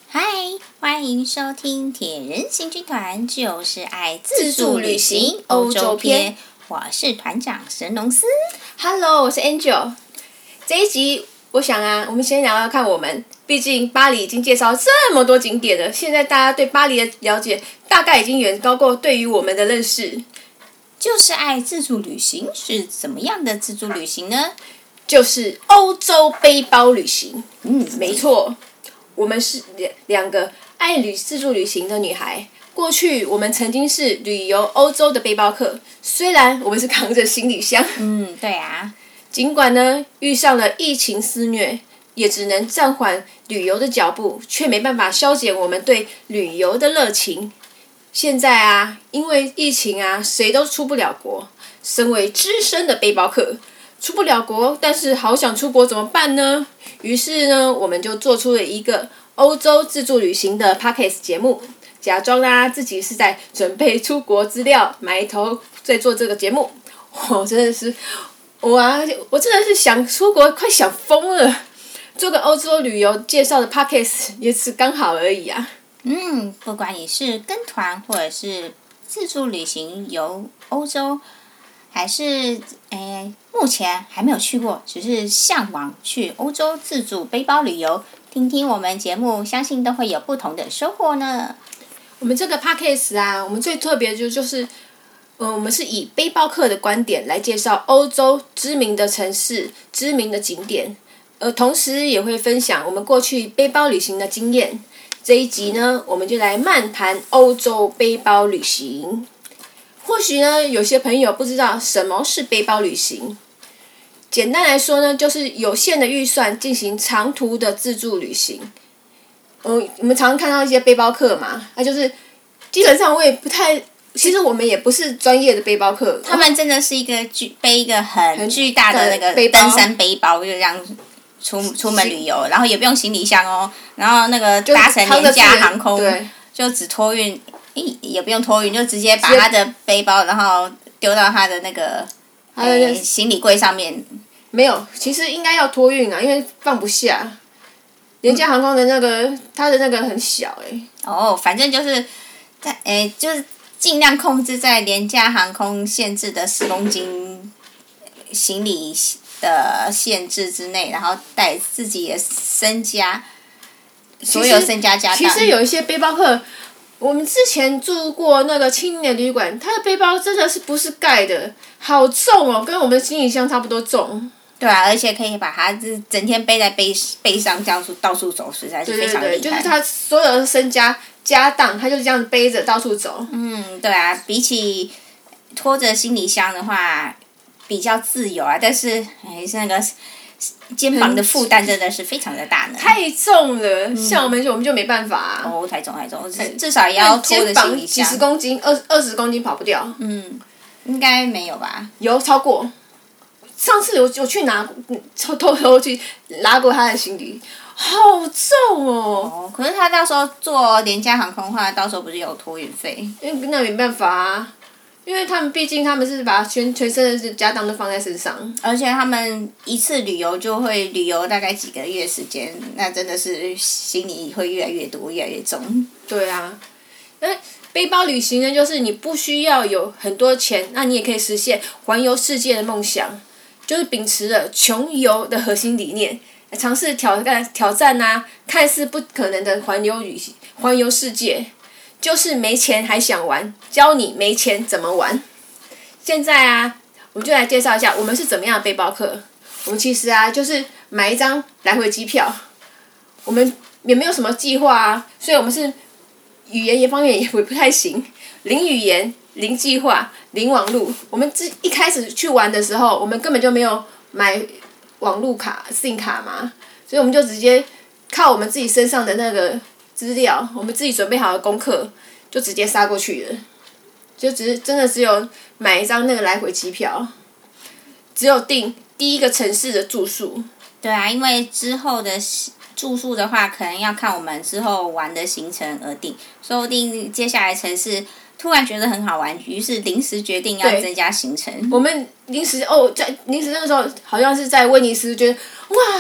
嗨，欢迎收听铁人行军团，就是爱自助旅行欧洲篇。我是团长神农斯。 Hello， 我是 Angel。这一集我想我们先聊聊看毕竟巴黎已经介绍这么多景点了，现在大家对巴黎的了解大概已经远高过对于我们的认识。 就是爱自助旅行是怎么样的自助旅行呢？ 就是欧洲背包旅行。没错。我们是两个爱自助旅行的女孩。过去我们曾经是旅游欧洲的背包客，虽然我们是扛着行李箱。 对啊。 尽管呢遇上了疫情肆虐，也只能暂缓旅游的脚步，却没办法消减我们对旅游的热情。现在因为疫情谁都出不了国。身为资深的背包客，出不了国，但是好想出国怎么办呢？于是呢，我们就做出了一个欧洲自助旅行的 Podcast 节目，假装自己是在准备出国资料，埋头在做这个节目。我真的是想出国，快想疯了。做个欧洲旅游介绍的 Podcast 也是刚好而已啊。 不管你是跟团或者是自助旅行游欧洲，还是目前还没有去过，只是向往去欧洲自助背包旅游，听听我们节目，相信都会有不同的收获呢。 我们这个 podcast 我们最特别的就是我们是以背包客的观点来介绍欧洲知名的城市、知名的景点，同时也会分享我们过去背包旅行的经验。这一集呢，我们就来漫谈欧洲背包旅行。或许呢，有些朋友不知道什么是背包旅行。简单来说呢，就是有限的预算进行长途的自助旅行。我们常常看到一些背包客嘛，就是基本上我也不太，其实我们也不是专业的背包客。 他们真的是背一个很巨大的那个登山背包，就这样出门旅游，然后也不用行李箱哦，然后那个搭乘廉价航空，就只托运。也不用托运，就直接把他的背包，然后丢到他的那个行李柜上面。 没有，其实应该要托运因为放不下。廉价航空的那个，它的那个很小反正就是就是尽量控制在廉价航空限制的10公斤行李的限制之内，然后带自己的身家，所有身家家当。 其实有一些背包客。我们之前住过那个青年旅馆，他的背包真的是不是盖的，好重哦，跟我们的行李箱差不多重。 对啊，而且可以把它整天背在背上，到处走，实在是非常厉害。 对，就是他所有的身家家当，他就这样背着到处走。 对啊，比起拖着行李箱的话，比较自由但是是那个肩膀的负担真的是非常的大呢。 太重了，像我们就没办法太重，至少也要拖着行李箱。 肩膀几十公斤，20公斤跑不掉。 应该没有吧？ 有超过。上次我去偷去拉过他的行李，好重哦。 可是他到时候坐廉价航空的话，到时候不是有托运费？ 那没办法因为毕竟他们是把全身的家当都放在身上， 而且他们一次旅游就会旅游大概几个月时间，那真的是行李会越来越多，越来越重。 对背包旅行呢，就是你不需要有很多钱，那你也可以实现环游世界的梦想，就是秉持了穷游的核心理念，尝试挑战看似不可能的环游世界。就是没钱还想玩，教你没钱怎么玩。现在我们就来介绍一下我们是怎么样的背包客。我们其实就是买一张来回机票，我们也没有什么计划所以我们是语言方面也不太行，零语言、零计划、零网路。我们一开始去玩的时候，我们根本就没有买网路卡、SIM 卡嘛，所以我们就直接靠我们自己身上的那个资料，我们自己准备好的功课，就直接杀过去了。真的只有买一张那个来回机票，只有订第一个城市的住宿。 对因为之后的住宿的话，可能要看我们之后玩的行程而定。说不定接下来城市突然觉得很好玩，于是临时决定要增加行程。 我们临时那个时候好像是在威尼斯，觉得哇，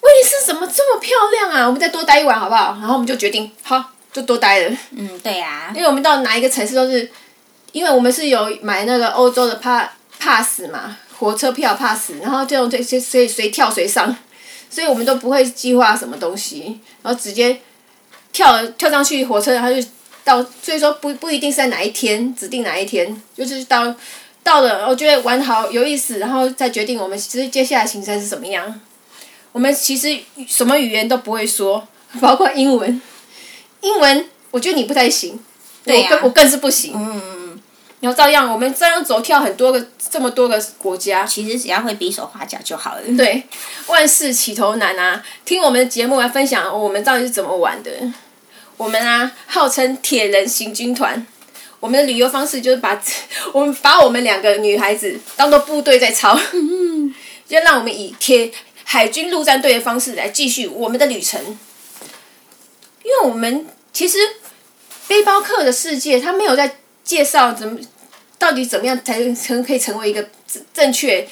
威尼斯怎么这么漂亮啊？我们再多待一晚好不好？然后我们就决定，好，就多待了。 对呀。 因为我们到哪一个城市都是，因为我们是有买那个欧洲的pass 嘛，火车票 pass， 然后这种随跳随上，所以我们都不会计划什么东西，然后直接跳上去火车，然后就到，所以说不一定是在哪一天指定哪一天，就是到了，我觉得玩好有意思，然后再决定我们其实接下来行程是什么样。我们其实什么语言都不会说，包括英文。英文我觉得你不太行， 对我更是不行。然后我们照样走跳这么多个国家。 其实只要会比手画脚就好了。 对，万事起头难啊！听我们的节目来分享我们到底是怎么玩的。我们啊，号称铁人行军团。我们的旅游方式就是把我们2个女孩子当作部队在操，就让我们以海军陆战队的方式来继续我们的旅程。因为我们其实背包客的世界，他没有在介绍到底怎么样才可以成为一个正确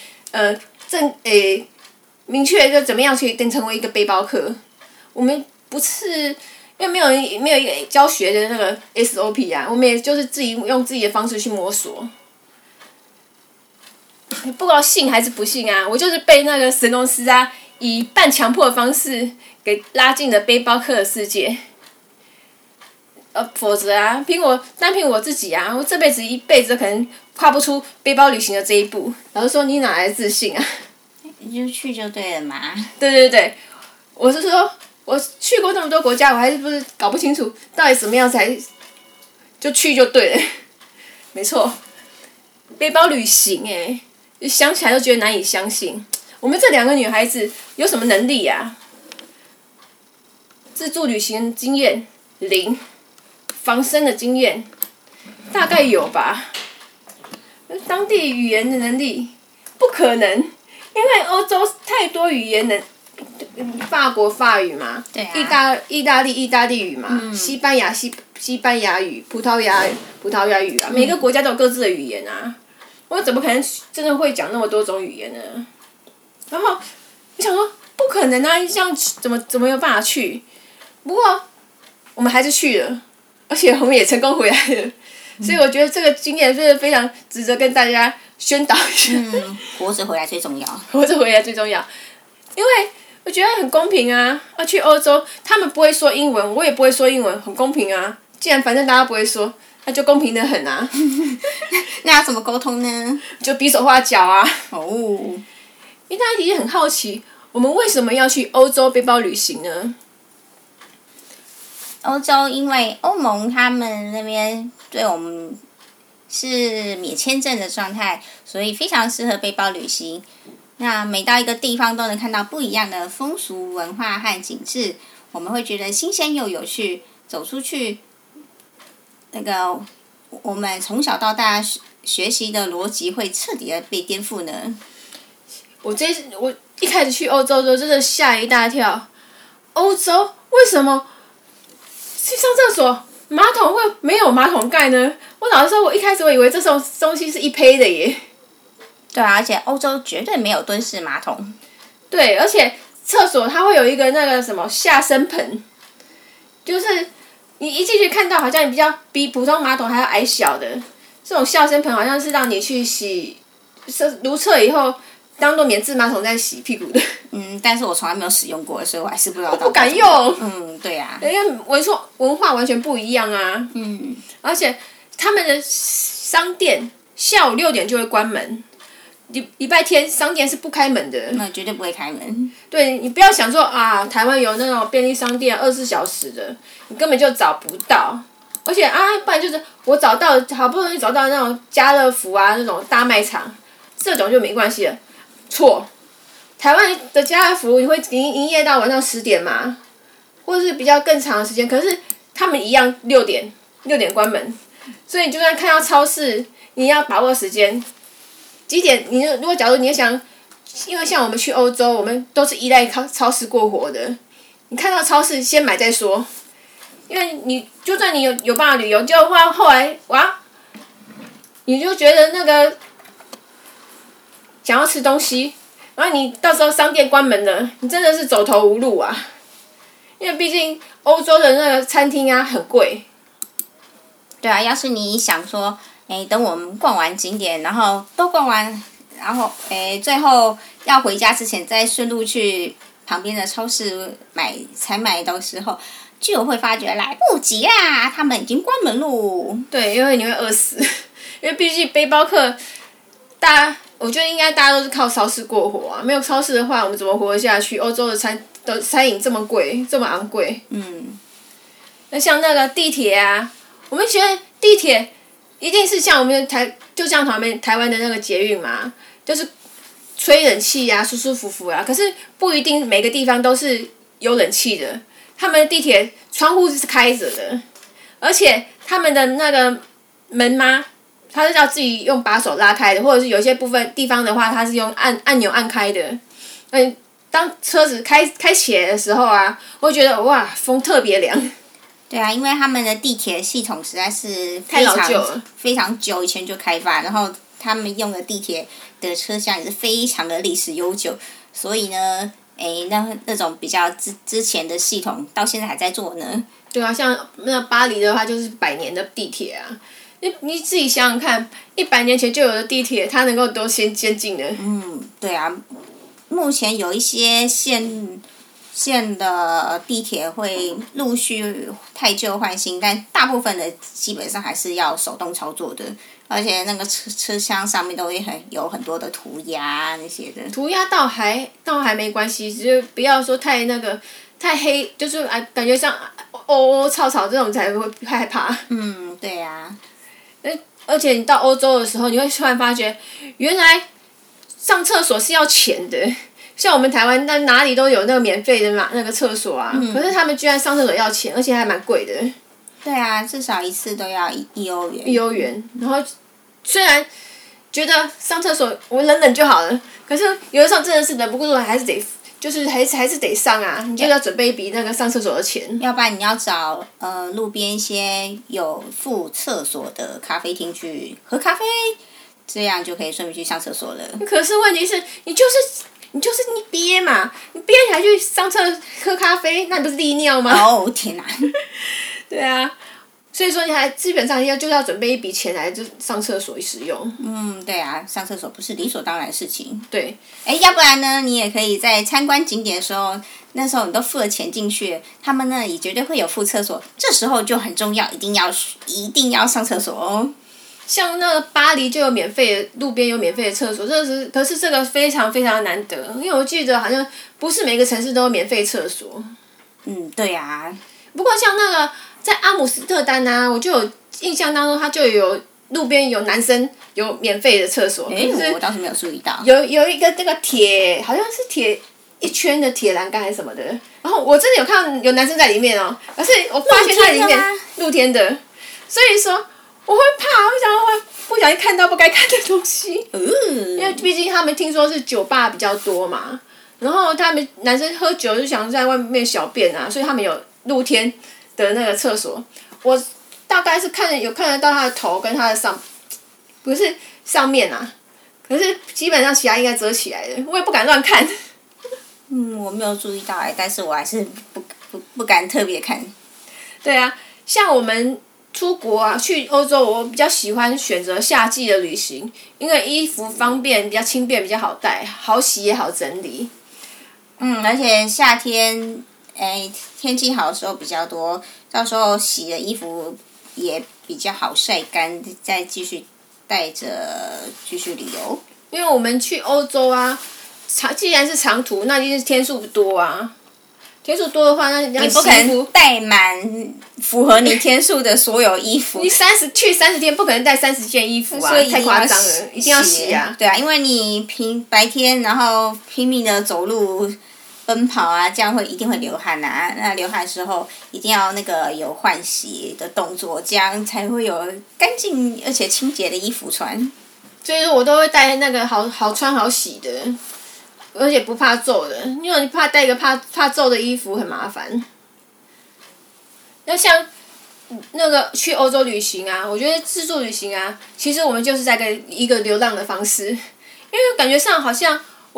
明确就怎么样去成为一个背包客。我们不是。因为没有一个教学的那个 SOP 啊，我们也就是自己用自己的方式去摸索。不知道信还是不信啊，我就是被那个神农氏啊，以半强迫的方式给拉进了背包客的世界。否则啊，单凭我自己啊，我这辈子一辈子可能跨不出背包旅行的这一步。老实说，你哪来的自信啊？ 你就去就对了嘛。 对，我是说。我去过那么多国家，我还是不是搞不清楚到底怎么样才就去就对了。没错，背包旅行想起来都觉得难以相信。我们这2个女孩子有什么能力呀？自助旅行经验0，防身的经验大概有吧。当地语言的能力不可能，因为欧洲太多语言能。法国法语嘛， 对啊， 意大利语嘛，西班牙西班牙语，葡萄牙语啊，每个国家都有各自的语言啊，我怎么可能真的会讲那么多种语言呢？然后我想说不可能啊，这样怎么有办法去？不过我们还是去了，而且我们也成功回来了，所以我觉得这个经验真的非常值得跟大家宣导一下。 活着回来最重要。 活着回来最重要，因为。我觉得很公平啊！去欧洲，他们不会说英文，我也不会说英文，很公平啊！既然反正大家不会说，那就公平得很啊！ 那要怎么沟通呢？ 就比手画脚啊！因为大家也很好奇，我们为什么要去欧洲背包旅行呢？ 欧洲因为欧盟他们那边对我们是免签证的状态，所以非常适合背包旅行。那每到一个地方都能看到不一样的风俗文化和景致，我们会觉得新鲜又有趣。走出去，我们从小到大学习的逻辑会彻底的被颠覆呢。 我一开始去欧洲的时候，真的吓一大跳。欧洲为什么去上厕所马桶会没有马桶盖呢？我老实说，我一开始以为这种东西是一胚的耶。 对啊，而且欧洲绝对没有蹲式马桶。 对，而且厕所它会有一个那个什么下身盆，就是你一进去看到好像比普通马桶还要矮小的这种下身盆，好像是让你去如厕以后当做免治马桶在洗屁股的。 但是我从来没有使用过，所以我还是不知道。 我不敢用。 对啊。 因为文化完全不一样啊。而且他们的商店下午6点就会关门。礼拜天商店是不开门的。 那绝对不会开门。 对，你不要想说啊，台湾有那种便利商店24小时的，你根本就找不到。而且不然就是我好不容易找到那种家乐福啊那种大卖场，这种就没关系了。错，台湾的家乐福你会营业到晚上10点嘛，或者是比较更长的时间，可是他们一样6点关门，所以你就算看到超市，你要把握时间。几点？如果假如你想，因为像我们去欧洲，我们都是依赖超市过活的。你看到超市先买再说，因为就算你有办法旅游，就后来你就觉得那个想要吃东西， 然后你到时候商店关门了，你真的是走投无路啊。因为毕竟欧洲的那个餐厅啊很贵。 对啊，要是你想说，等我们逛完景点，然后都逛完，然后最后要回家之前再顺路去旁边的超市采买的时候，就会发觉来不及啦，他们已经关门喽。 对，因为你会饿死，因为毕竟背包客，我觉得应该大家都是靠超市过活啊，没有超市的话，我们怎么活得下去？欧洲的餐饮这么贵，这么昂贵。那像那个地铁啊，我们觉得地铁一定是像我们就像台湾的那个捷运嘛，就是吹冷气啊，舒舒服服啊。可是不一定每个地方都是有冷气的，他们的地铁窗户是开着的，而且他们的那个门嘛，它是要自己用把手拉开的，或者是有些部分地方的话，它是用按钮按开的。当车子开起来的时候啊，我会觉得哇，风特别凉。 对啊，因为他们的地铁系统实在是太老旧了， 非常久以前就开发，然后他们用的地铁的车厢也是非常的历史悠久，所以呢，那种比较之前的系统到现在还在做呢。 对啊，像那巴黎的话就是100年的地铁啊，你自己想想看，100年前就有的地铁，它能够多先进的。 对啊，目前有一些线的地铁会陆续汰旧换新，但大部分的基本上还是要手动操作的，而且那个车厢上面都会有很多的涂鸦那些的。 涂鸦倒还没关系，只是不要说太黑，就是感觉像草这种才会害怕。 对啊。 而且你到欧洲的时候，你会突然发觉，原来上厕所是要钱的。像我们台湾哪里都有那个免费的那个厕所啊，可是他们居然上厕所要钱，而且还蛮贵的。 对啊，至少一次都要1欧元。 1欧元，然后虽然觉得上厕所我忍就好了，可是有的时候真的是忍不住，还是得上啊！你就要准备一笔那个上厕所的钱。 要不然你要找路边一些有附厕所的咖啡厅去喝咖啡，这样就可以顺便去上厕所了。 可是问题是，你憋嘛，你憋起来去上厕喝咖啡，那你不是利尿吗？ 哦天哪！ 对啊，所以说你还基本上就要准备一笔钱来就上厕所使用。 对啊，上厕所不是理所当然的事情。 对。 要不然呢，你也可以在参观景点的时候，那时候你都付了钱进去，他们那里绝对会有附厕所，这时候就很重要，一定要上厕所哦。 像那个巴黎就有路边有免费的厕所，可是这个非常非常难得，因为我记得好像不是每个城市都有免费厕所。 对啊。 不过像那个在阿姆斯特丹啊，我就有印象当中，它就有路边有男生有免费的厕所。 我倒是没有注意到。 有一个那个好像是铁一圈的铁栏杆还是什么的，然后我真的有看到有男生在里面哦，可是我发现他里面露天的，所以说。我会怕，我不小心看到不该看的东西。因为毕竟他们听说是酒吧比较多嘛，然后他们男生喝酒就想在外面小便啊，所以他们有露天的那个厕所。我大概是看得到他的头跟他的不是上面啊，可是基本上其他应该遮起来的，我也不敢乱看。 我没有注意到但是我还是不敢特别看。 对啊，像我们。出国啊，去欧洲，我比较喜欢选择夏季的旅行，因为衣服方便，比较轻便，比较好带，好洗也好整理。 而且夏天，天气好的时候比较多，到时候洗的衣服也比较好晒干，再继续带着继续旅游。 因为我们去欧洲啊，既然是长途，那一定是天数多啊。天数多的话，那你不可能带满符合你天数的所有衣服。 你去30天，不可能带30件衣服啊，太夸张了，一定要洗啊。 对啊，因为你白天然后拼命的走路奔跑啊，这样一定会流汗啊。那流汗的时候一定要那个有换洗的动作，这样才会有干净而且清洁的衣服穿。 所以说我都会带那个好穿好洗的。而且不怕皱的，因为你怕带一个怕皱的衣服很麻烦。那像那个去欧洲旅行啊，我觉得自助旅行啊，其实我们就是在一个流浪的方式，因为感觉上好像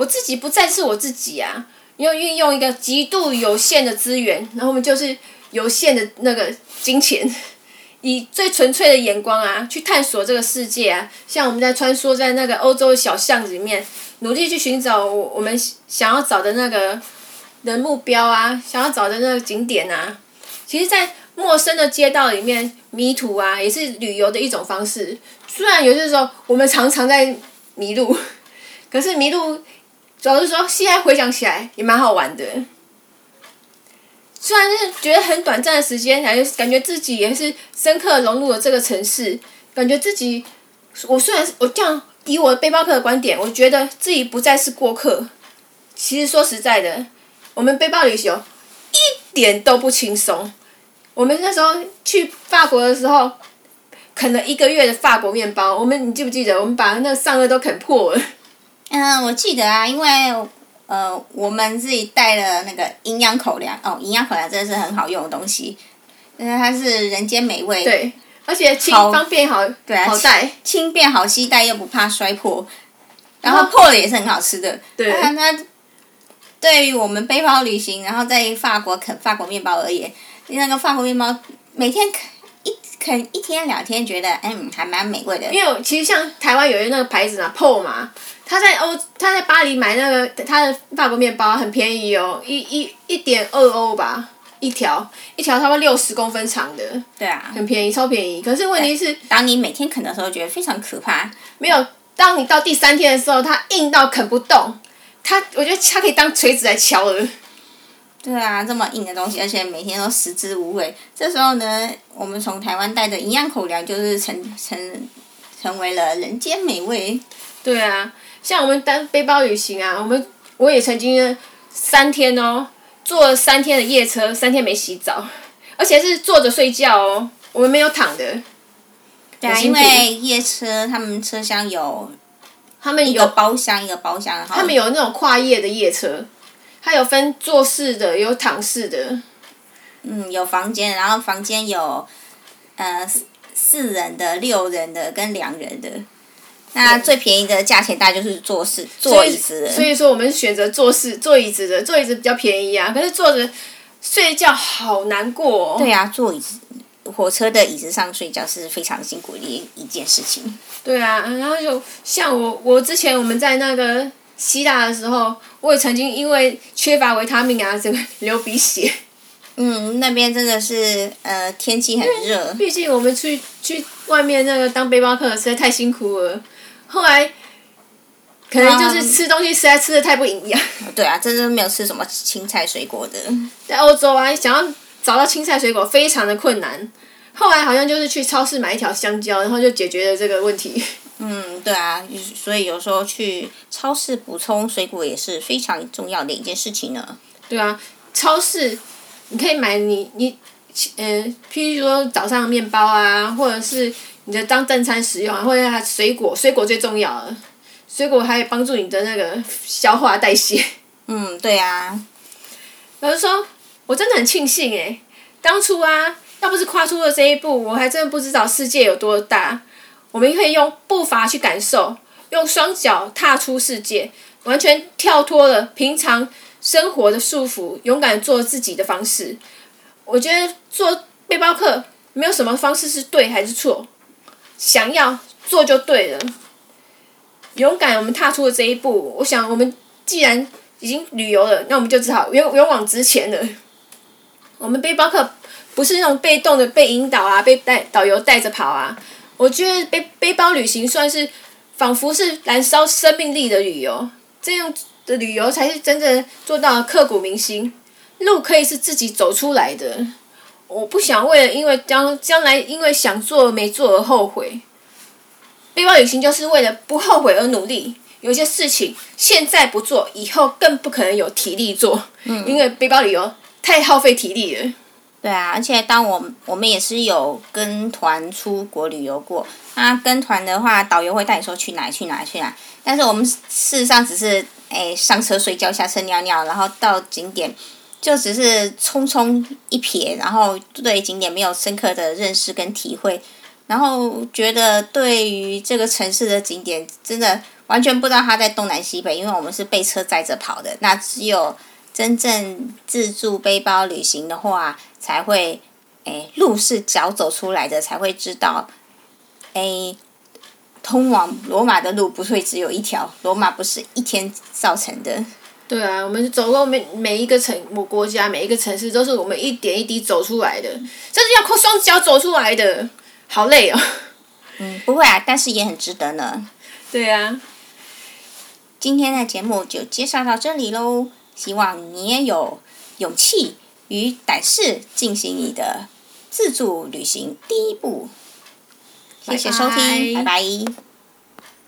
我自己不再是我自己啊，要运用一个极度有限的资源，然后我们就是有限的那个金钱，以最纯粹的眼光啊，去探索这个世界啊。像我们在穿梭在那个欧洲的小巷子里面，努力去寻找我们想要找的那个的目标啊，想要找的那个景点啊。其实，在陌生的街道里面迷途啊，也是旅游的一种方式。虽然有些时候我们常常在迷路，可是迷路，主要是说现在回想起来也蛮好玩的。虽然是觉得很短暂的时间，感觉自己也是深刻融入了这个城市，感觉自己，虽然我这样以我背包客的观点，我觉得自己不再是过客。其实说实在的，我们背包旅行一点都不轻松。我们那时候去法国的时候，啃了1个月的法国面包，你记不记得？我们把那个上颚都啃破了。 我记得啊，因为我们自己带了那个营养口粮哦，营养口粮真的是很好用的东西，它是人间美味。 对，而且方便好带， 轻便好携带又不怕摔破，然后破了也是很好吃的。 对。 那对于我们背包旅行，然后在法国啃法国面包而言，那个法国面包每天啃1天2天，觉得还蛮美味的。 因为其实像台湾有那个牌子嘛 ，PO 嘛，他在巴黎买那个他的法国面包很便宜哦，1.2欧吧，一条差不多60公分长的。 对啊。 很便宜，超便宜。可是问题是， 当你每天啃的时候，觉得非常可怕。 没有，当你到第3天的时候，它硬到啃不动，我觉得它可以当锤子来敲了。 对啊，这么硬的东西，而且每天都食之无味。这时候呢，我们从台湾带的营养口粮就是成为了人间美味。 对啊，像我们单背包旅行啊，我也曾经3天哦，坐了3天的夜车，3天没洗澡，而且是坐着睡觉哦，我们没有躺的。 对啊，因为夜车他们车厢有一个包厢， 他们有那种跨夜的夜车。它有分坐式的，有躺式的。 有房间，然后房间有4人的、6人的跟2人的。那最便宜的价钱大概就是坐椅子的。 所以说我们选择坐椅子的，坐椅子比较便宜啊。可是坐着睡觉好难过哦。 对啊，坐椅子，火车的椅子上睡觉是非常辛苦的一件事情。 对啊，然后就像我之前我们在那个希腊的时候，我也曾经因为缺乏维他命啊，整个流鼻血。 那边真的是天气很热。 毕竟我们去外面那个当背包客实在太辛苦了。后来可能就是吃东西实在吃的太不营养。 对啊，真的没有吃什么青菜水果的。 在欧洲啊，想要找到青菜水果非常的困难。后来好像就是去超市买一条香蕉，然后就解决了这个问题。 对啊，所以有时候去超市补充水果也是非常重要的一件事情呢。 对啊，超市你可以买譬如说早上的面包啊，或者是你的当正餐使用啊，或者它水果最重要了，水果还帮助你的那个消化代谢。 对啊。 老实说，我真的很庆幸当初啊，要不是跨出了这一步，我还真的不知道世界有多大。我们可以用步伐去感受，用双脚踏出世界，完全跳脱了平常生活的束缚，勇敢做自己的方式。我觉得做背包客没有什么方式是对还是错，想要做就对了。勇敢，我们踏出了这一步。我想，我们既然已经旅游了，那我们就只好勇往直前了。我们背包客不是那种被动的被引导啊，被导游带着跑啊。我觉得背包旅行算是仿佛是燃烧生命力的旅游，这样的旅游才是真正做到刻骨铭心。路可以是自己走出来的，我不想因为将来因为想做没做而后悔。背包旅行就是为了不后悔而努力，有些事情现在不做，以后更不可能有体力做，因为背包旅游太耗费体力了。 对啊，而且我们也是有跟团出国旅游过。那跟团的话，导游会带你说去哪里，但是我们事实上只是上车睡觉，下车尿尿，然后到景点就只是匆匆一瞥，然后对景点没有深刻的认识跟体会，然后觉得对于这个城市的景点真的完全不知道它在东南西北，因为我们是被车载着跑的。那只有真正自助背包旅行的话，才会，路是脚走出来的，才会知道，通往罗马的路不会只有一条，罗马不是一天造成的。 对啊，我们走过每一个国家每一个城市，都是我们一点一滴走出来的，这是要靠双脚走出来的，好累哦。 不会啊，但是也很值得呢。 对啊。 今天的节目就介绍到这里咯，希望你也有勇气与胆识进行你的自助旅行第一步。谢谢收听，拜拜。